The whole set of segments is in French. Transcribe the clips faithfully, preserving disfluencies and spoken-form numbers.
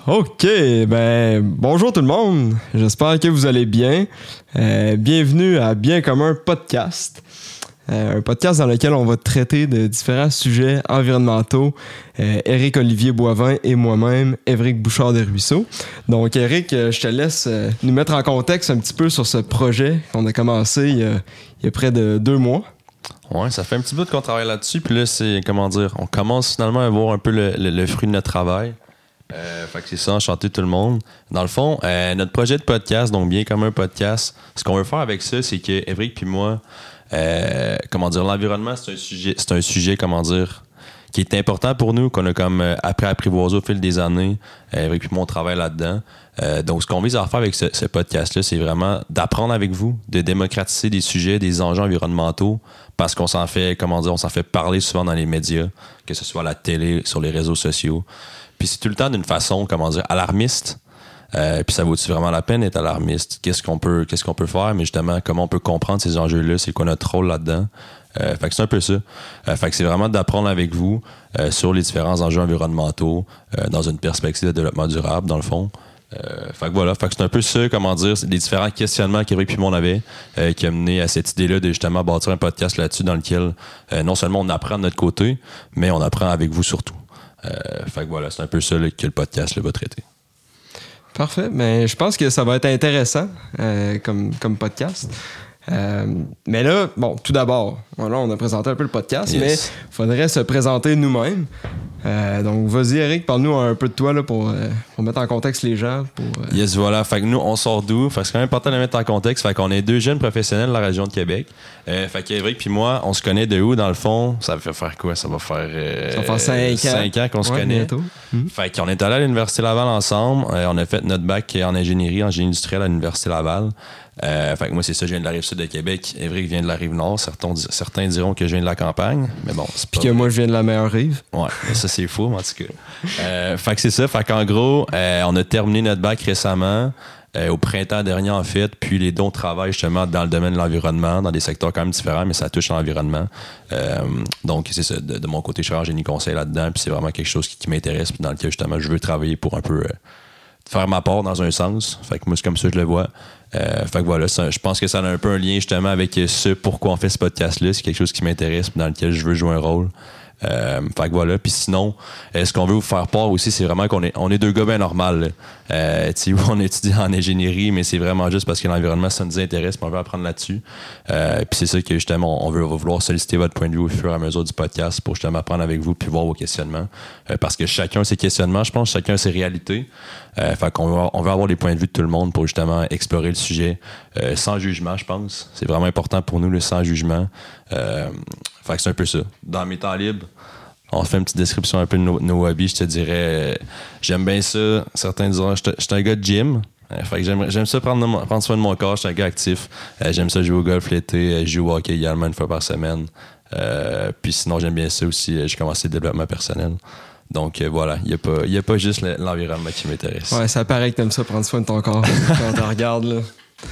OK, ben bonjour tout le monde. J'espère que vous allez bien. Euh, bienvenue à Bien commun podcast. Euh, un podcast dans lequel on va traiter de différents sujets environnementaux. Euh, Éric Olivier Boivin et moi-même, Évric Bouchard des Ruisseaux. Donc Éric, euh, je te laisse euh, nous mettre en contexte un petit peu sur ce projet qu'on a commencé il y a, il y a près de deux mois. Ouais, ça fait un petit bout qu'on travaille là-dessus. Puis là, c'est, comment dire, on commence finalement à voir un peu le, le, le fruit de notre travail. Euh, fait que c'est ça, enchanté tout le monde. Dans le fond, euh, notre projet de podcast, donc Bien commun podcast, ce qu'on veut faire avec ça, c'est que Évric puis moi, euh, comment dire, l'environnement, c'est un sujet, c'est un sujet, comment dire, qui est important pour nous, qu'on a comme euh, appris à apprivoiser au fil des années. Euh, Évric puis moi, on travaille là-dedans. Euh, donc, ce qu'on vise à faire avec ce, ce podcast-là, c'est vraiment d'apprendre avec vous, de démocratiser des sujets, des enjeux environnementaux, parce qu'on s'en fait, comment dire, on s'en fait parler souvent dans les médias, que ce soit à la télé, sur les réseaux sociaux. Puis c'est tout le temps d'une façon, comment dire, alarmiste. Euh, puis ça vaut-tu vraiment la peine d'être alarmiste? Qu'est-ce qu'on peut, qu'est-ce qu'on peut faire? Mais justement, comment on peut comprendre ces enjeux-là? C'est quoi notre rôle là-dedans? Euh, fait que c'est un peu ça. Euh, fait que c'est vraiment d'apprendre avec vous euh, sur les différents enjeux environnementaux euh, dans une perspective de développement durable, dans le fond. Euh, fait que voilà, fait que c'est un peu ça, comment dire, les différents questionnements qu'Éric puis moi on avait euh, qui a mené à cette idée-là de justement bâtir un podcast là-dessus dans lequel euh, non seulement on apprend de notre côté, mais on apprend avec vous surtout. Euh, fait que voilà, c'est un peu ça là, que le podcast là, va traiter. Parfait. Mais je pense que ça va être intéressant euh, comme, comme podcast. Euh, mais là, bon, tout d'abord, voilà, on a présenté un peu le podcast, yes. Mais il faudrait se présenter nous-mêmes. Euh, donc, vas-y, Éric, parle-nous un peu de toi là, pour, euh, pour mettre en contexte les gens. Pour, euh... Yes, voilà. Fait que nous, on sort d'où? Fait que c'est quand même important de mettre en contexte. Fait qu'on est deux jeunes professionnels de la région de Québec. Euh, fait qu'Éric puis moi, on se connaît de où, dans le fond? Ça va faire quoi? Ça va faire, euh, ça va faire cinq ans. cinq ans qu'on se ouais, connaît. Bientôt. Mm-hmm. Fait qu'on est allé à l'Université Laval ensemble. Euh, on a fait notre bac en ingénierie, en génie industriel à l'Université Laval. Euh, fait que moi, c'est ça, je viens de la rive sud de Québec. Évric vient de la rive nord. Certains, certains diront que je viens de la campagne. Mais bon, c'est pas. Puis que moi, je viens de la meilleure rive. Ouais, ça, c'est faux, en tout cas. Euh, fait que c'est ça. Fait qu'en gros, euh, on a terminé notre bac récemment, euh, au printemps dernier, en fait. Puis les deux, on travaille justement dans le domaine de l'environnement, dans des secteurs quand même différents, mais ça touche l'environnement. Euh, donc, c'est ça. De, de mon côté, je suis en génie conseil là-dedans. Puis c'est vraiment quelque chose qui, qui m'intéresse, puis dans lequel, justement, je veux travailler pour un peu euh, faire ma part dans un sens. Fait que moi, c'est comme ça que je le vois. Euh, fait que voilà, ça, je pense que ça a un peu un lien justement avec ce pourquoi on fait ce podcast-là. C'est quelque chose qui m'intéresse, dans lequel je veux jouer un rôle. Euh, fait que voilà. Puis sinon, euh, ce qu'on veut vous faire part aussi, c'est vraiment qu'on est, on est deux gars bien normaux. Euh, tu sais, on étudie en ingénierie, mais c'est vraiment juste parce que l'environnement, ça nous intéresse, puis on veut apprendre là-dessus. Euh, puis c'est ça que justement, on veut, on va vouloir solliciter votre point de vue au fur et à mesure du podcast pour justement apprendre avec vous puis voir vos questionnements. Euh, parce que chacun a ses questionnements, je pense, chacun a ses réalités. Euh, fait qu'on veut, on veut avoir les points de vue de tout le monde pour justement explorer le sujet euh, sans jugement, je pense. C'est vraiment important pour nous, le sans jugement. Euh, fait que c'est un peu ça. Dans mes temps libres, on fait une petite description un peu de nos, nos hobbies. Je te dirais, euh, j'aime bien ça. Certains diront, je suis un gars de gym. Euh, fait que j'aime, j'aime ça prendre, prendre soin de mon corps. Je suis un gars actif. Euh, j'aime ça jouer au golf l'été. Je joue au hockey également une fois par semaine. Euh, puis sinon, j'aime bien ça aussi. J'ai commencé le développement personnel. Donc euh, voilà, il n'y a pas, y a pas juste le, l'environnement qui m'intéresse. Ouais, ça paraît que t'aimes ça, prendre soin de ton corps quand on te regarde, là.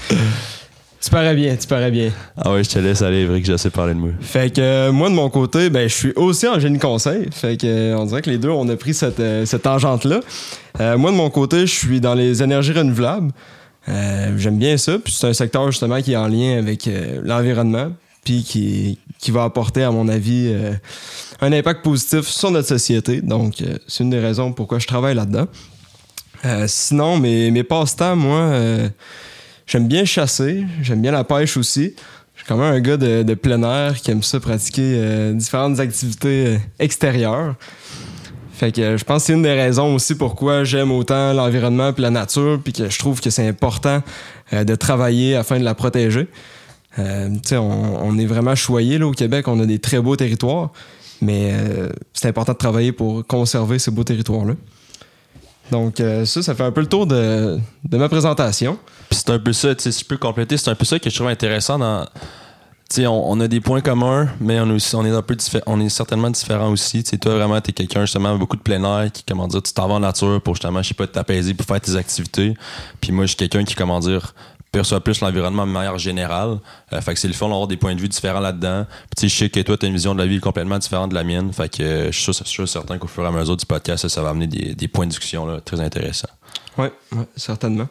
Tu parais bien, tu parais bien. Ah ouais, je te laisse aller, Évric, je sais parler de moi. Fait que euh, moi, de mon côté, ben je suis aussi en génie conseil. Fait que euh, on dirait que les deux, on a pris cette, euh, cette tangente-là. Euh, moi, de mon côté, je suis dans les énergies renouvelables. Euh, j'aime bien ça. Puis c'est un secteur, justement, qui est en lien avec euh, l'environnement. Puis qui, qui va apporter, à mon avis, euh, un impact positif sur notre société. Donc, euh, c'est une des raisons pourquoi je travaille là-dedans. Euh, sinon, mes, mes passe-temps, moi, euh, j'aime bien chasser. J'aime bien la pêche aussi. Je suis quand même un gars de, de plein air qui aime ça pratiquer euh, différentes activités euh, extérieures. Fait que euh, je pense que c'est une des raisons aussi pourquoi j'aime autant l'environnement et la nature, puis que je trouve que c'est important euh, de travailler afin de la protéger. Euh, on, on est vraiment choyé là, au Québec, on a des très beaux territoires, mais euh, c'est important de travailler pour conserver ces beaux territoires-là. Donc euh, ça, ça fait un peu le tour de, de ma présentation. Puis c'est un peu ça, si je peux compléter, c'est un peu ça que je trouve intéressant dans... Tu sais, on, on a des points communs, mais on est, aussi, on est un peu diffé- on est certainement différents aussi. Tu sais, toi, vraiment, t'es quelqu'un, justement, avec beaucoup de plein air, qui, comment dire, tu t'en vas en nature pour, justement, je sais pas, t'apaiser, pour faire tes activités. Puis moi, je suis quelqu'un qui, comment dire, perçois plus l'environnement de manière générale. Euh, fait que c'est le fun d'avoir des points de vue différents là-dedans. Puis je sais que toi, tu as une vision de la vie complètement différente de la mienne. Fait que euh, je suis sûr, sûr certain qu'au fur et à mesure du podcast, ça, ça va amener des, des points de discussion là, très intéressants. Oui, ouais, certainement.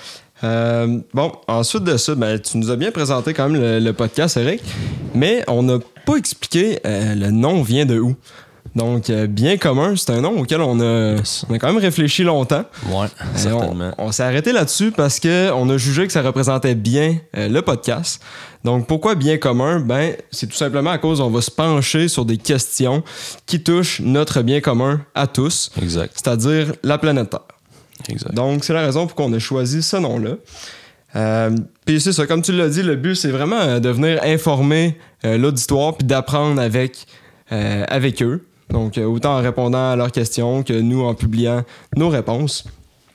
Euh, bon, ensuite de ça, ben, tu nous as bien présenté quand même le, le podcast, Eric, mais on n'a pas expliqué euh, le nom vient de où. Donc, euh, bien commun, c'est un nom auquel on a, yes. on a quand même réfléchi longtemps. Oui, certainement. On, on s'est arrêté là-dessus parce qu'on a jugé que ça représentait bien euh, le podcast. Donc, pourquoi bien commun? Ben, c'est tout simplement à cause on va se pencher sur des questions qui touchent notre bien commun à tous. Exact. C'est-à-dire la planète Terre. Exact. Donc, c'est la raison pour qu'on a choisi ce nom-là. Euh, puis c'est ça, comme tu l'as dit, le but, c'est vraiment de venir informer euh, l'auditoire puis d'apprendre avec, euh, avec eux. Donc, euh, autant en répondant à leurs questions que nous en publiant nos réponses.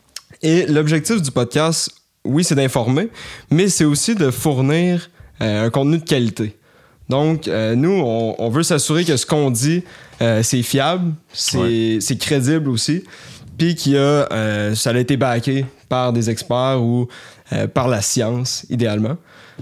Et l'objectif du podcast, oui, c'est d'informer, mais c'est aussi de fournir euh, un contenu de qualité. Donc, euh, nous, on, on veut s'assurer que ce qu'on dit, euh, c'est fiable, c'est, ouais. c'est crédible aussi, puis qu'il y a, euh, ça a été backé par des experts ou euh, par la science, idéalement.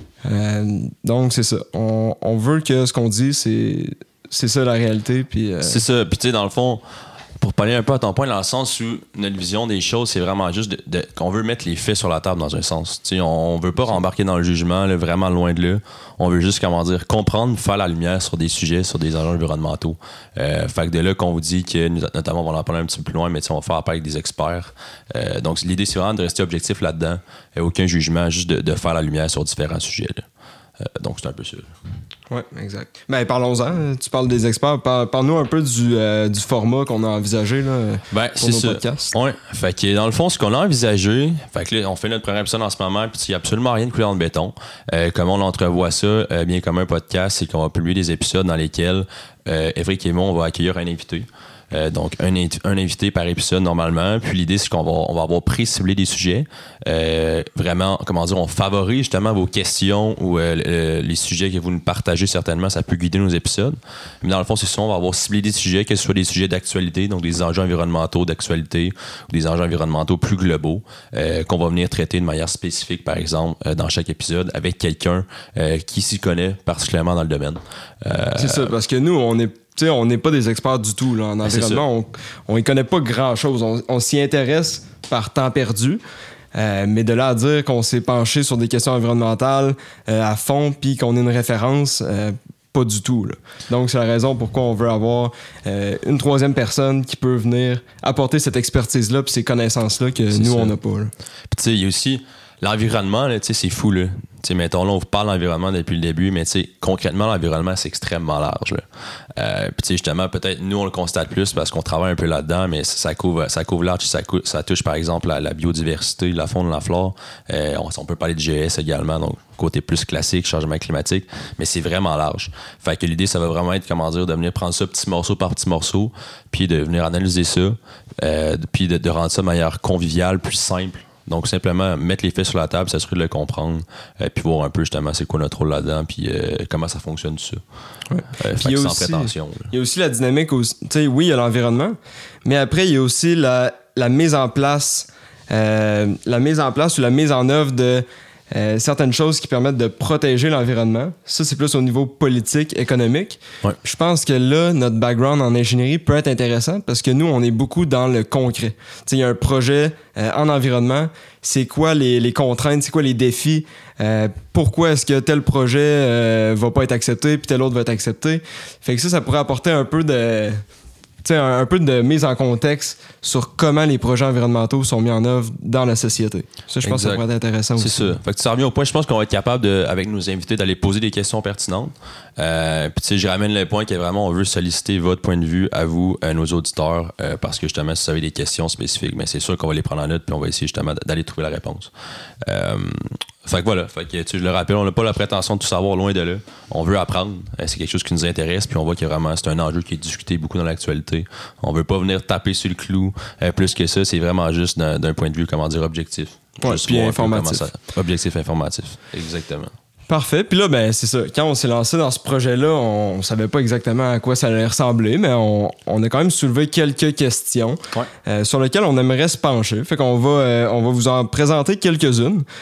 Euh, donc, c'est ça. On, on veut que ce qu'on dit, c'est... C'est ça la réalité. Puis euh... C'est ça. Puis tu sais, dans le fond, pour parler un peu à ton point, dans le sens où notre vision des choses, c'est vraiment juste de, de, qu'on veut mettre les faits sur la table dans un sens. Tu sais, on, on veut pas rembarquer dans le jugement, là, vraiment loin de là. On veut juste, comment dire, comprendre, faire la lumière sur des sujets, sur des enjeux environnementaux. Euh, fait que de là qu'on vous dit que, notamment, on va en parler un petit peu plus loin, mais on va faire appel avec des experts. Euh, donc, l'idée, c'est vraiment de rester objectif là-dedans. Et aucun jugement, juste de, de faire la lumière sur différents sujets. Là. Euh, donc, c'est un peu ça. Oui, exact. Ben, parlons-en. Tu parles des experts. Parle-nous un peu du, euh, du format qu'on a envisagé là, ben, pour nos ça. podcasts. Oui. Fait que dans le fond, ce qu'on a envisagé, fait que là, on fait notre premier épisode en ce moment, puis il n'y a absolument rien de coulé dans le béton. Euh, comment on entrevoit ça, euh, bien comme un podcast, c'est qu'on va publier des épisodes dans lesquels euh, Eric et moi, on va accueillir un invité. Euh, donc, un, un invité par épisode normalement. Puis l'idée, c'est qu'on va, on va avoir pré-ciblé des sujets. Euh, vraiment, comment dire, on favorise justement vos questions ou euh, euh, les sujets que vous nous partagez certainement. Ça peut guider nos épisodes. Mais dans le fond, c'est ça, on va avoir ciblé des sujets, que ce soit des sujets d'actualité, donc des enjeux environnementaux d'actualité ou des enjeux environnementaux plus globaux, euh, qu'on va venir traiter de manière spécifique, par exemple, euh, dans chaque épisode, avec quelqu'un euh, qui s'y connaît particulièrement dans le domaine. Euh, c'est ça, parce que nous, on est T'sais, on n'est pas des experts du tout là, en environnement. On ne connaît pas grand-chose. On, on s'y intéresse par temps perdu. Euh, mais de là à dire qu'on s'est penché sur des questions environnementales euh, à fond puis qu'on est une référence, euh, pas du tout. Là. Donc, c'est la raison pourquoi on veut avoir euh, une troisième personne qui peut venir apporter cette expertise-là puis ces connaissances-là que c'est nous, ça. On n'a pas. Puis tu sais, il y a aussi l'environnement, là, c'est fou. Là. T'sais, mettons, là, on vous parle d'environnement depuis le début, mais concrètement, l'environnement, c'est extrêmement large. Là. Euh, puis, justement, peut-être, nous, on le constate plus parce qu'on travaille un peu là-dedans, mais ça, ça couvre, ça couvre large. Ça, cou- ça touche, par exemple, la, la biodiversité, la faune, la flore. Euh, on, on peut parler de G S également, donc côté plus classique, changement climatique, mais c'est vraiment large. Fait que l'idée, ça va vraiment être, comment dire, de venir prendre ça petit morceau par petit morceau, puis de venir analyser ça, euh, puis de, de rendre ça de manière conviviale, plus simple. Donc, simplement mettre les faits sur la table, s'assurer de le comprendre, euh, puis voir un peu justement c'est quoi notre rôle là-dedans, puis euh, comment ça fonctionne tout ça. Ouais. Euh, fait que sans aussi, prétention. Il y a aussi la dynamique, tu sais, oui, il y a l'environnement, mais après, il y a aussi la, la mise en place, euh, la mise en place ou la mise en œuvre de euh, certaines choses qui permettent de protéger l'environnement. Ça, c'est plus au niveau politique, économique. Ouais. Je pense que là, notre background en ingénierie peut être intéressant parce que nous, on est beaucoup dans le concret. Tu sais, il y a un projet euh, en environnement. C'est quoi les, les contraintes, c'est quoi les défis, euh, pourquoi est-ce que tel projet euh, va pas être accepté puis tel autre va être accepté. Fait que ça, ça pourrait apporter un peu de... Un, un peu de mise en contexte sur comment les projets environnementaux sont mis en œuvre dans la société. Ça, je exact. pense que ça pourrait être intéressant c'est aussi. C'est ça. Fait que tu reviens au point, je pense qu'on va être capable, de, avec nos invités, d'aller poser des questions pertinentes. Euh, Puis tu sais, je ramène le point que vraiment, on veut solliciter votre point de vue à vous, à nos auditeurs, euh, parce que justement, si vous avez des questions spécifiques, mais c'est sûr qu'on va les prendre en note puis on va essayer justement d'aller trouver la réponse. Euh, Fait que voilà, fait que, tu sais, je le rappelle, on n'a pas la prétention de tout savoir, loin de là. On veut apprendre, c'est quelque chose qui nous intéresse, puis on voit que vraiment c'est un enjeu qui est discuté beaucoup dans l'actualité. On veut pas venir taper sur le clou. Euh, plus que ça, c'est vraiment juste d'un, d'un point de vue, comment dire, objectif. Ouais, puis informatif. Ça, objectif informatif, exactement. Parfait. Puis là, ben c'est ça. Quand on s'est lancé dans ce projet-là, on, on savait pas exactement à quoi ça allait ressembler, mais on, on a quand même soulevé quelques questions ouais. euh, sur lesquelles on aimerait se pencher. Fait qu'on va, euh, on va vous en présenter quelques-unes.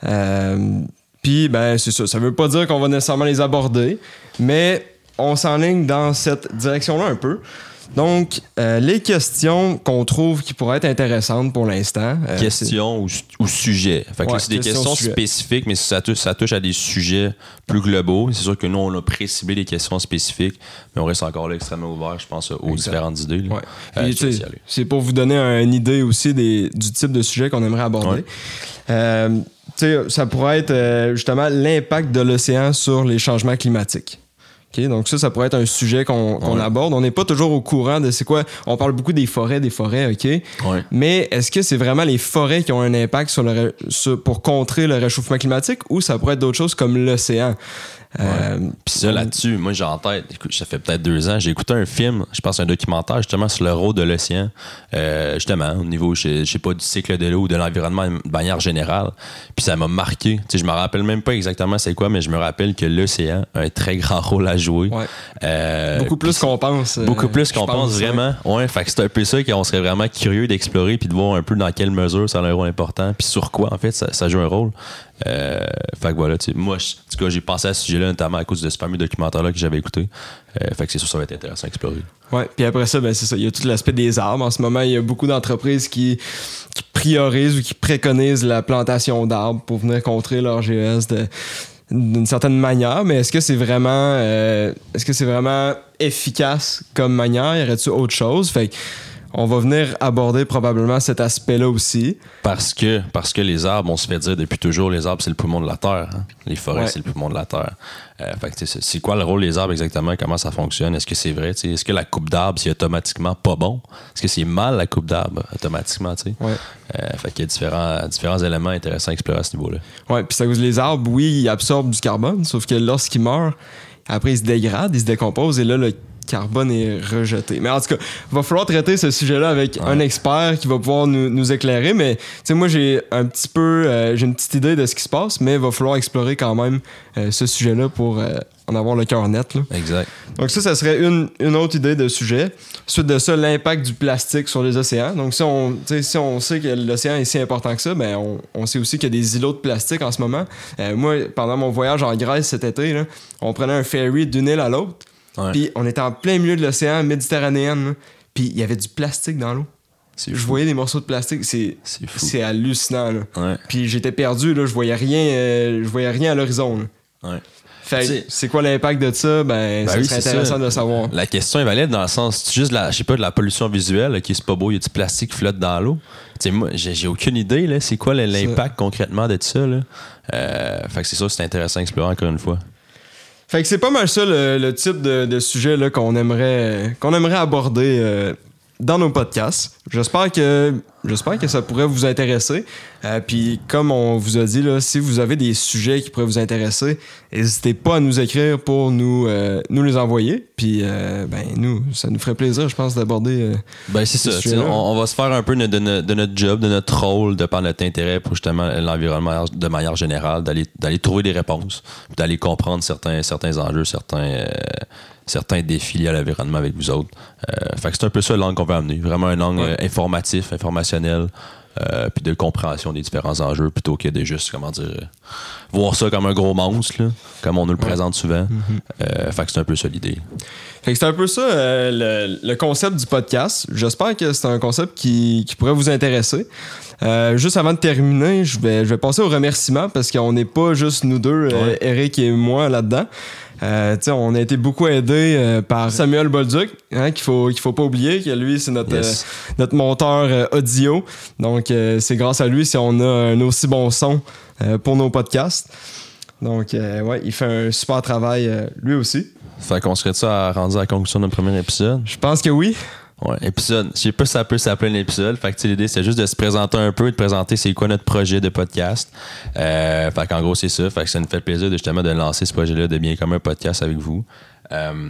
Euh, Puis, ben, c'est ça. Ça veut pas dire qu'on va nécessairement les aborder, mais on s'enligne dans cette direction-là un peu. Donc, euh, les questions qu'on trouve qui pourraient être intéressantes pour l'instant. Euh, questions ou, ou sujets. Fait que ouais, là, c'est des questions, questions sujets. spécifiques, mais ça touche, ça touche à des sujets plus globaux. C'est sûr que nous, on a pré-ciblé des questions spécifiques, mais on reste encore là extrêmement ouvert, je pense, aux exact. différentes idées. Là. Ouais. Euh, Puis, c'est pour vous donner une idée aussi des, du type de sujet qu'on aimerait aborder. Ouais. Euh, ça pourrait être euh, justement l'impact de l'océan sur les changements climatiques. Okay, donc ça, ça pourrait être un sujet qu'on, qu'on ouais. aborde. On n'est pas toujours au courant de c'est quoi. On parle beaucoup des forêts, des forêts, OK? Ouais. Mais est-ce que c'est vraiment les forêts qui ont un impact sur le, sur, pour contrer le réchauffement climatique ou ça pourrait être d'autres choses comme l'océan? Ouais. Euh, Puis ça, là-dessus, moi, j'ai en tête, écoute, ça fait peut-être deux ans, j'ai écouté un film, je pense un documentaire justement sur le rôle de l'océan, euh, justement, au niveau, je, je sais pas, du cycle de l'eau ou de l'environnement de manière générale. Puis ça m'a marqué. Tu sais, je me rappelle même pas exactement c'est quoi, mais je me rappelle que l'océan a un très grand rôle à jouer. Ouais. Euh, beaucoup plus qu'on pense. Euh, beaucoup plus qu'on pense, pense vraiment. Ouais. ouais, fait que c'est un peu ça qu'on serait vraiment curieux d'explorer puis de voir un peu dans quelle mesure ça a un rôle important, puis sur quoi, en fait, ça, ça joue un rôle. Euh, fait que voilà, tu sais, moi, je, en tout cas, j'ai pensé à ce sujet-là, notamment à cause de ce fameux documentaire-là que j'avais écouté. Euh, fait que c'est sûr que ça va être intéressant à explorer. Ouais, puis après ça, ben c'est ça. Il y a tout l'aspect des arbres. En ce moment, il y a beaucoup d'entreprises qui, qui priorisent ou qui préconisent la plantation d'arbres pour venir contrer leur G E S de, d'une certaine manière. Mais est-ce que c'est vraiment, euh, est-ce que c'est vraiment efficace comme manière? Y aurait-il autre chose? Fait que on va venir aborder probablement cet aspect-là aussi. Parce que, parce que les arbres, on se fait dire depuis toujours, les arbres, c'est le poumon de la Terre. Hein? Les forêts, ouais. c'est le poumon de la Terre. Euh, fait que, c'est, c'est quoi le rôle des arbres exactement? Comment ça fonctionne? Est-ce que c'est vrai? T'sais? Est-ce que la coupe d'arbres, c'est automatiquement pas bon? Est-ce que c'est mal, la coupe d'arbres, automatiquement? T'sais? Ouais. Euh, fait qu'il y a différents, différents éléments intéressants à explorer à ce niveau-là. Oui, puis ça, les arbres, oui, ils absorbent du carbone, sauf que lorsqu'ils meurent, après, ils se dégradent, ils se décomposent, et là, le carbone est rejeté. Mais en tout cas, il va falloir traiter ce sujet-là avec ouais. un expert qui va pouvoir nous, nous éclairer. Mais tu sais, moi, j'ai un petit peu, euh, j'ai une petite idée de ce qui se passe, mais il va falloir explorer quand même euh, ce sujet-là pour euh, en avoir le cœur net. Là. Exact. Donc ça, ça serait une, une autre idée de sujet. Suite de ça, l'impact du plastique sur les océans. Donc si on, si on sait que l'océan est si important que ça, ben on, on sait aussi qu'il y a des îlots de plastique en ce moment. Euh, moi, pendant mon voyage en Grèce cet été, là, on prenait un ferry d'une île à l'autre. Ouais. Puis on était en plein milieu de l'océan méditerranéen, puis il y avait du plastique dans l'eau. C'est je fou. voyais des morceaux de plastique, c'est, c'est, c'est hallucinant. Là. Ouais. Puis j'étais perdu, là, je voyais rien, euh, je voyais rien à l'horizon. Là. Ouais. Fait c'est, c'est quoi l'impact de ça? Ben, ben ça oui, serait intéressant ça. de le savoir. La question est valide dans le sens, c'est juste de la, je sais pas, de la pollution visuelle, qui c'est pas beau, il y a du plastique qui flotte dans l'eau. T'sais, moi, j'ai, j'ai aucune idée, là, c'est quoi l'impact ça. concrètement de ça. Là. Euh, fait que c'est ça, c'est intéressant à explorer encore une fois. Fait que c'est pas mal ça le, le type de, de sujet là, qu'on aimerait qu'on aimerait aborder euh, dans nos podcasts. J'espère que j'espère que ça pourrait vous intéresser. Euh, puis comme on vous a dit, là, si vous avez des sujets qui pourraient vous intéresser, n'hésitez pas à nous écrire pour nous, euh, nous les envoyer. Puis euh, ben nous, ça nous ferait plaisir, je pense, d'aborder. Euh, ben c'est ça. On, on va se faire un peu de, de, de notre job, de notre rôle, de par notre intérêt pour justement l'environnement de manière générale, d'aller, d'aller trouver des réponses, d'aller comprendre certains, certains enjeux, certains. Euh, certains défis liés à l'environnement avec vous autres. Euh, fait que c'est un peu ça l'angle qu'on veut amener. Vraiment un angle ouais. informatif, informationnel, euh, puis de compréhension des différents enjeux plutôt que de juste, comment dire, euh, voir ça comme un gros monstre, là, comme on nous le ouais. présente souvent. Mm-hmm. Euh, fait que c'est un peu ça l'idée. Fait que c'est un peu ça euh, le, le concept du podcast. J'espère que c'est un concept qui, qui pourrait vous intéresser. Euh, juste avant de terminer, je vais, je vais passer aux remerciements parce qu'on n'est pas juste nous deux, ouais. euh, Eric et moi, là-dedans. Euh, on a été beaucoup aidés euh, par Samuel Bolduc, hein, qu'il faut, qu'il faut pas oublier, que lui, c'est notre, yes. euh, notre monteur euh, audio. Donc, euh, c'est grâce à lui si on a un aussi bon son euh, pour nos podcasts. Donc, euh, ouais, il fait un super travail euh, lui aussi. Fait qu'on serait ça à rendre à la conclusion de notre premier épisode? Je pense que oui. Ouais, épisode. Je sais pas si ça peut s'appeler un épisode. Fait que l'idée, c'est juste de se présenter un peu, de présenter c'est quoi notre projet de podcast. Euh, fait qu'en gros, c'est ça. Fait que ça nous fait plaisir de justement de lancer ce projet-là de Bien Commun podcast avec vous. Euh,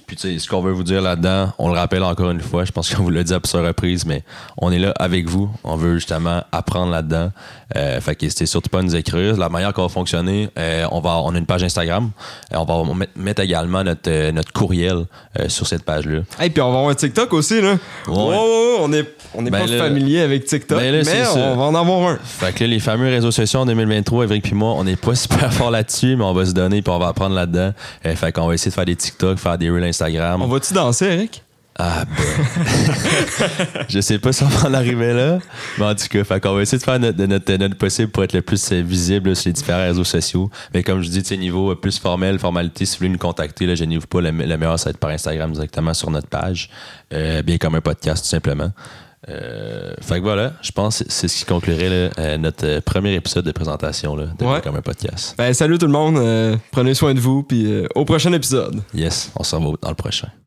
Puis, tu sais, ce qu'on veut vous dire là-dedans, on le rappelle encore une fois, je pense qu'on vous l'a dit à plusieurs reprises, mais on est là avec vous. On veut justement apprendre là-dedans. Euh, fait que n'hésitez surtout pas à nous écrire. La manière qu'on va fonctionner, euh, on, va, on a une page Instagram. Euh, on va mettre, mettre également notre, euh, notre courriel euh, sur cette page-là. Et puis, on va avoir un TikTok aussi, là. Ouais. Oh, oh, oh, on est, on est Ben pas là, familier avec TikTok, ben là, mais on ça. va en avoir un. Fait que là, les fameux réseaux sociaux en deux mille vingt-trois, Évric puis moi, on n'est pas super fort là-dessus, mais on va se donner puis on va apprendre là-dedans. Euh, fait qu'on va essayer de faire des TikTok, faire des reels Instagram. On va-tu danser, Eric? Ah ben. Je sais pas si on va en arriver là, mais en tout cas, fait qu'on va essayer de faire notre, notre, notre possible pour être le plus visible là, sur les différents réseaux sociaux. Mais comme je dis, tu sais, niveau plus formel, formalité, si vous voulez nous contacter, là, gênez-vous pas, le, le meilleur, ça va être par Instagram directement sur notre page, euh, bien comme un podcast, tout simplement. Euh, fait que voilà, je pense que c'est ce qui conclurait là, euh, notre premier épisode de présentation là, de Ouais. comme un podcast. Ben, salut tout le monde, euh, prenez soin de vous, puis euh, au prochain épisode. Yes, on se revoit dans le prochain.